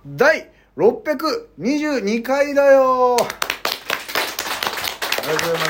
第622回だよ。ありがとうございます。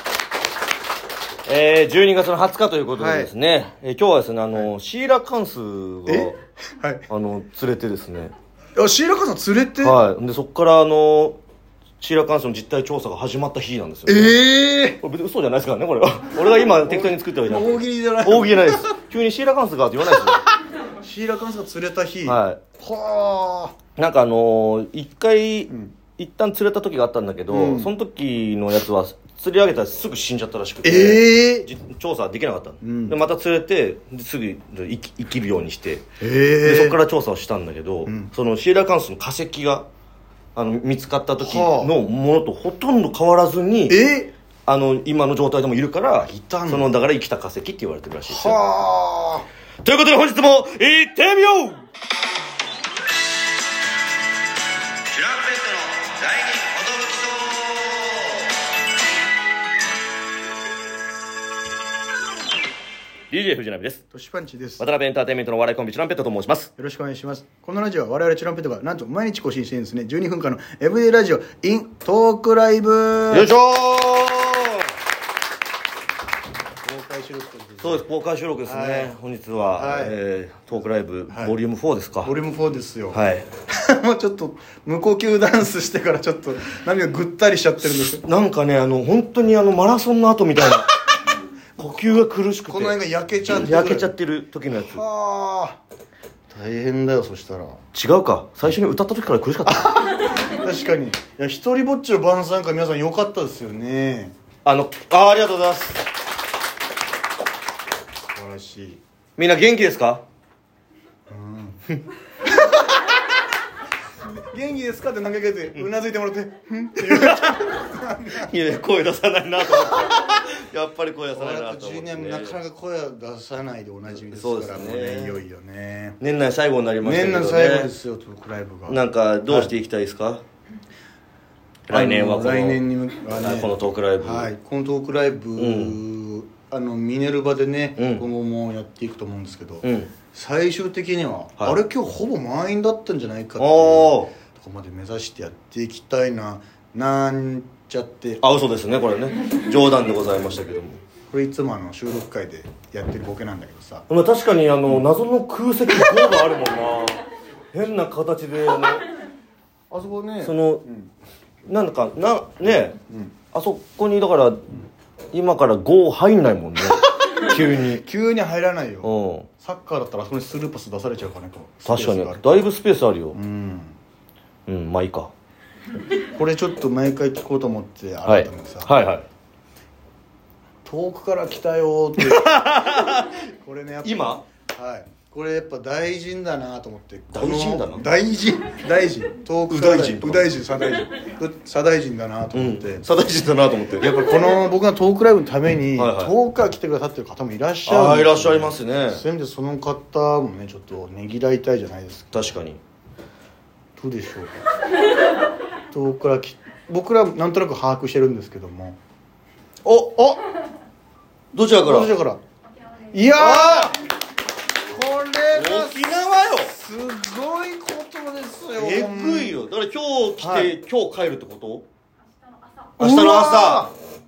12月の20日ということでですね、今日はですね、シーラカンスが、 はい、 連れてですね。 シーラカンス連れて、 はい。で、そこからシーラカンスの実態調査が始まった日なんですよ、ね。これ別に嘘じゃないですからね、これは。俺が今適当に作ったわけじゃない。 大喜利じゃない。 大喜利じゃないです。急にシーラカンスがって言わないですよ。 シーラカンスが釣れた日。 はい。 はあ。なんか一回、一旦釣れた時があったんだけど、その時のやつは釣り上げたらすぐ死んじゃったらしくて、調査できなかったの、でまた釣れてすぐ生きるようにして、でそこから調査をしたんだけど、そのシーラカンスの化石が見つかった時のものとほとんど変わらずに、今の状態でもいるからだから生きた化石って言われてるらしいですよ。ということで本日も行ってみよう。DJ 藤波です。 トシパンチです。 渡辺エンターテインメントの笑いコンビチュランペットと申します。 よろしくお願いします。このラジオは我々チュランペットがなんと毎日更新してるんですね。12分間のエブリデイラジオ in トークライブ。 よいしょー。 公開収録です。 そうです、公開収録ですね、本日は、トークライブ、ボリューム4ですか。 ボリューム4ですよ。 はい。 もうちょっと無呼吸ダンスしてからちょっと涙がぐったりしちゃってるんですよ。 なんかね、本当にマラソンの後みたいな呼吸が苦しくて、 この辺が焼けちゃってる時のやつ。 はあ、大変だよ。そしたら違うか、最初に歌った時から苦しかった確かに。いや、一人ぼっちの晩餐会皆さん良かったですよね。 ありがとうございます。素晴らしい。 みんな元気ですか？ 元気ですかって投げかけてうなずいてもらってって言ういや声出さないなと思ってやっぱり声出さないなと思って、 10年もなかなか声を出さないでおなじみですから。そうですね、いよいよね、 年内最後になりましたけどね。 年内最後ですよ、トークライブが。なんかどうしていきたいですか？来年は来年にこのトークライブ、 このトークライブ、ミネルヴァでね、今後もやっていくと思うんですけど、最終的には、あれ今日ほぼ満員だったんじゃないかっていうとこまで目指してやっていきたいなんちゃって。 嘘ですね、これね冗談でございましたけども、 これいつも収録会でやってるボケなんだけどさ、 確かに謎の空席5があるもんな変な形であそこね、 なんかあそこにだから今から5入んないもんね急に入らないよ。サッカーだったらあそこにスルーパス出されちゃうからね。 確かにだいぶスペースあるよ。まあいいか。 これちょっと毎回聞こうと思ってあったのにさ、遠くから来たよってこれね、やっぱ今これやっぱ大臣だなと思って。 大臣だな。 大臣遠くから右大臣左大臣だなと思って、 左大臣だなと思ってやっぱこの僕がトークライブのために遠くから来てくださってる方もいらっしゃる。 いらっしゃいますね。 そういう意味でその方もねちょっとねぎらいたいじゃないですか。 確かに。 どうでしょうか遠くから僕らなんとなく把握してるんですけども、 どちらから？ いやこれが沖縄よ。 すごいことですよ。 えぐいよ。だから今日来て、今日帰るってこと？明日の朝。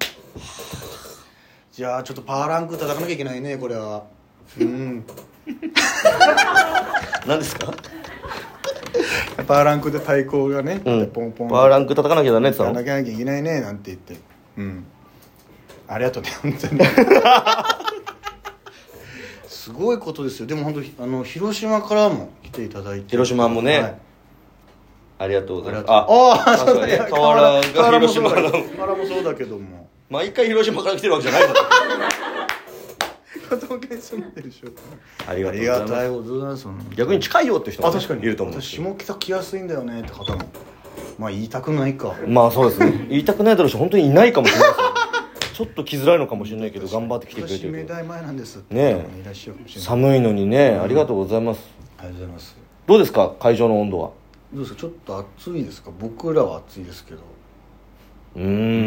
じゃあちょっとパワーランク叩かなきゃいけないね、これは。 何ですか？ パワーランクで対抗がね、ポンポンパワーランク叩かなきゃダメって言ったの？ 叩かなきゃいけないねなんて言って、ありがとうね本当にすごいことですよ。でも本当広島からも来ていただいて、 広島もね、ありがとうございます。 そうだね。 河原が広島から、 河原もそうだけども、 毎回広島から来てるわけじゃないだろ。 東京に住んでるでしょ。 ありがたいことだ。逆に近いよって人もいると思う。 下北来やすいんだよねって方も言いたくないか。 そうですね言いたくないだろうし、本当にいないかもしれないですよちょっと来づらいのかもしれないけど頑張って来てくれてる。 明大前なんですってね。寒いのにね、ありがとうございます。 ありがとうございます。 どうですか会場の温度は？ どうですか？ちょっと暑いですか？僕らは暑いですけど。 ち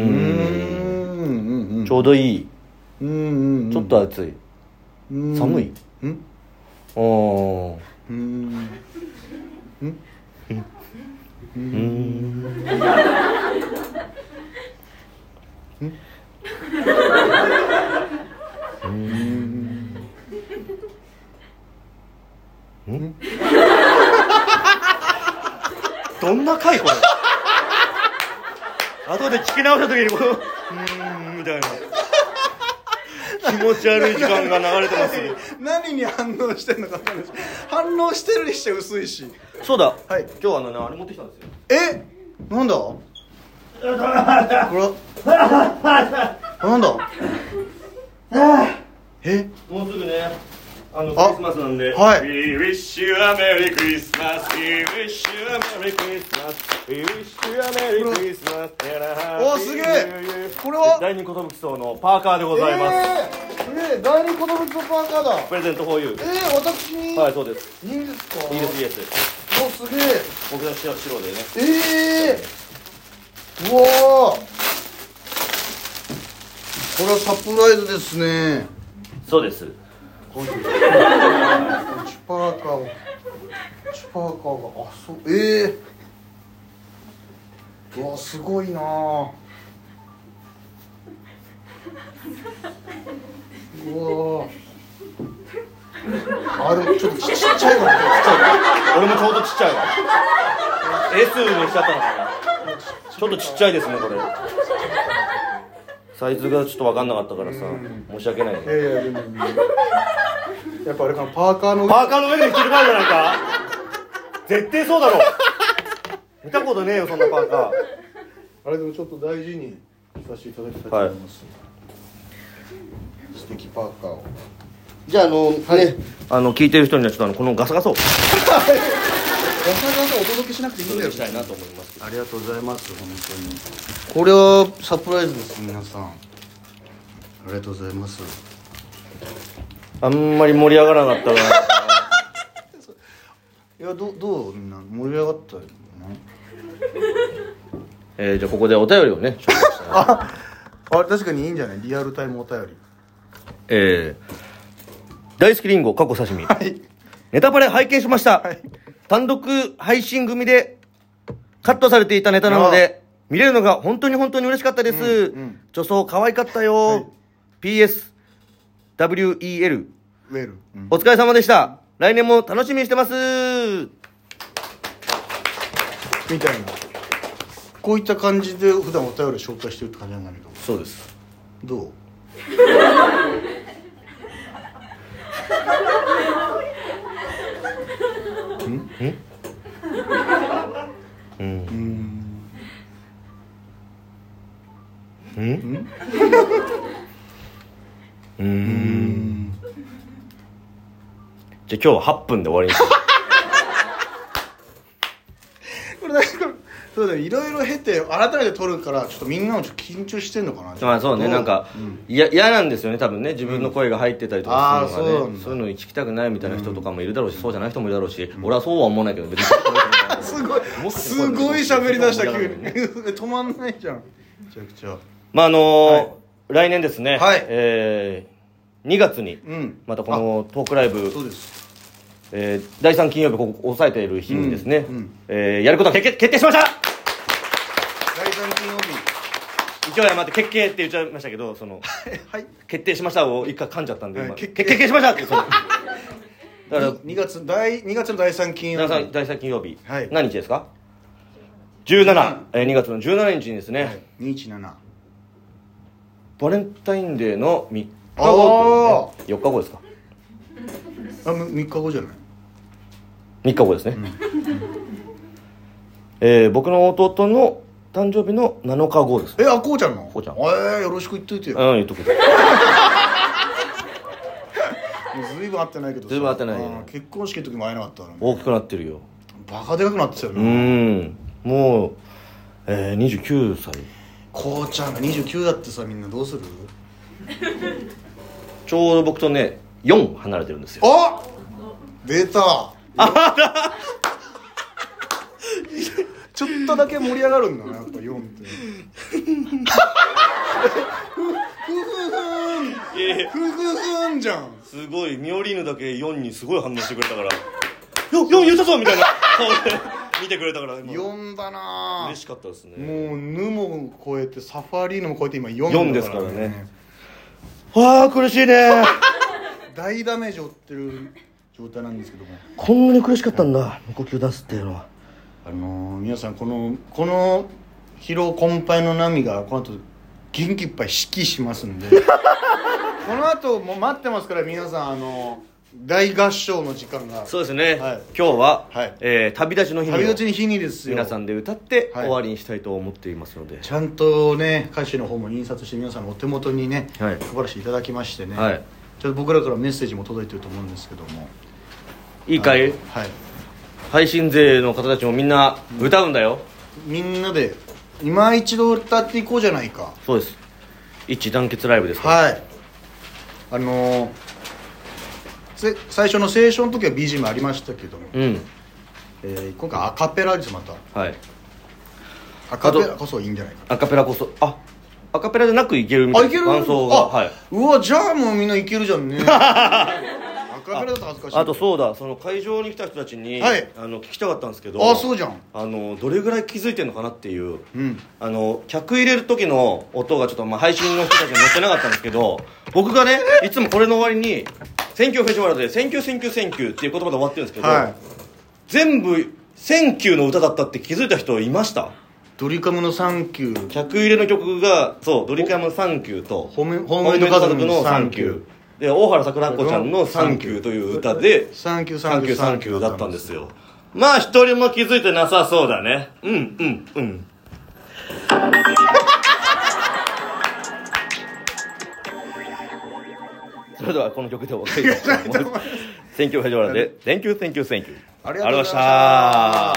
ょうどいい。ちょっと暑い。寒い？ どんな回これ後で聞き直した時にこのみたいな気持ち悪い時間が流れてます。 何に反応してんのか分かんないです。反応してるにして薄いし。 そうだ、 はい、 今日あれ持ってきたんですよ。 なんだこれなんだもうすぐねクリスマスなんで、 はい、 We wish you a Merry Christmas We wish you a Merry Christmas We wish you a Merry Christmas おすげえ。これは第二寿荘のパーカーでございます。 第二寿荘パーカーだ。 プレゼントフォーユー。 私に。 はい、そうです。 いいんですか。 いいですいいです。 おすげえ。 僕の白でね。 うわー、これはサプライズですね。 そうです。 チパーカーがうわすごいなー。うわあれちょっとちっちゃいわね。 俺もちょうどちっちゃいわ。S にしちゃったのかな。ちょっとちっちゃいですねこれ。サイズがちょっと分かんなかったからさ、申し訳ないね。 でもやっぱあれかな、パーカーの上で着てるからじゃないか。絶対そうだろ。見たことねえよそんなパーカー。 あれでもちょっと大事にさせていただきたいと思います、素敵パーカーを。 じゃあ聞いてる人にはちょっとこのガサガサをガサガサお届けしなくていいんだよ。 したいなと思います。 ありがとうございます。本当にこれはサプライズです。皆さんありがとうございます。 あんまり盛り上がらなかったな。 いやどうみんな盛り上がったよな。じゃあここでお便りをね紹介したい。 あ確かにいいんじゃない。リアルタイムお便り。 大好きリンゴ過去刺身、はい、ネタバレ拝見しました、はい、単独配信組でカットされていたネタなので見れるのが本当に嬉しかったです、女装可愛かったよ、はい、PS WEL、お疲れ様でした。来年も楽しみにしてますみたいな、こういった感じで普段お便り紹介してるって感じなんだけど。 そうです。 どうじゃあ今日は8分で終わりにしよう。 そうだね、いろいろ経て改めて撮るからちょっとみんなもちょっと緊張してんのかな。 まあそうね、なんか嫌なんですよね多分ね、自分の声が入ってたりとかするのがね、そういうのに聞きたくないみたいな人とかもいるだろうし、そうじゃない人もいるだろうし、俺はそうは思わないけど別にすごい喋り出した急に止まんないじゃん。めちゃくちゃまあ来年ですね、2月にまたこのトークライブ、 そうです、 第3金曜日ここ抑えている日にですね、やることが決定しました。 第3金曜日一応待って決定って言っちゃいましたけど、その決定しましたを一回噛んじゃったんで、決定しましたってだから 2月の第3金曜日、 第3金曜日、何日ですか？17、2月の17日にですね、 217 バレンタインデーの3日後、4日後ですか ？3日後じゃない ？3日後ですね、僕の弟の誕生日の7日後です。 こうちゃんの？こうちゃん、よろしく言っといてよ。 言っとく。ずいぶん会ってないけどさ。 ずいぶん会ってないね。 結婚式の時も会えなかったからね。 大きくなってるよ。 バカでかくなってたよね。もう、29歳。 こうちゃんが29だってさ、みんなどうする？ ちょうど僕とね4離れてるんですよ。 出た。ちょっとだけ盛り上がるんだな、やっぱ4ってふふんじゃん。 すごいミオリーヌだけ4にすごい反応してくれたから4言うたぞみたいな顔で見てくれたから呼んだな。 嬉しかったですね。 もうヌも超えてサファリーヌも超えて今 4ですからね。わあ苦しいね。 大ダメージ負ってる状態なんですけども、 こんなに苦しかったんだ、無呼吸ダンスっていうのは。 皆さんこの疲労困憊の波がこの後元気いっぱい指揮しますんでこの後も待ってますから、皆さん大合唱の時間が。 そうですね、 はい、 今日は、 はい旅立ちの日に旅立ちの日にですよ、 皆さんで歌って終わりにしたいと思っていますので、 ちゃんとね歌詞の方も印刷して皆さんのお手元にね、 はい、 配らせていただきましてね、 はい、 ちょっと僕らからメッセージも届いてると思うんですけども、 いいかい、 はい、 配信勢の方たちもみんな歌うんだよ、 みんなで今一度歌っていこうじゃないか。 そうです、一致団結ライブですから。 はい、最初の聖書の時は BGM ありましたけども、今回アカペラです。また、はい、アカペラこそいいんじゃないか。 アカペラこそ、アカペラでなくいけるみたいな。 いける伴奏が、はい、 うわ、じゃあもうみんないけるじゃんねアカペラだと恥ずかしい。 あとそうだ、その会場に来た人たちに、聞きたかったんですけど、 そうじゃん、 どれぐらい気づいてるのかなっていう、客入れる時の音がちょっと、配信の人たちに載ってなかったんですけど、僕がねいつもこれの終わりにセンキューフェスティバルでセンキューセンキューセンキューっていう言葉で終わってるんですけど、全部センキューの歌だったって気づいた人いました？ ドリカムのサンキュー、 客入れの曲がドリカムのサンキューとホームメイド家族のサンキューで、大原桜子ちゃんのサンキューという歌でサンキューサンキューサンキューだったんですよ。まあ一人も気づいてなさそうだね。それではこの曲でお別れしたいと思います。選挙フェジョラで Thank you, thank you, thank you。 ありがとうございました。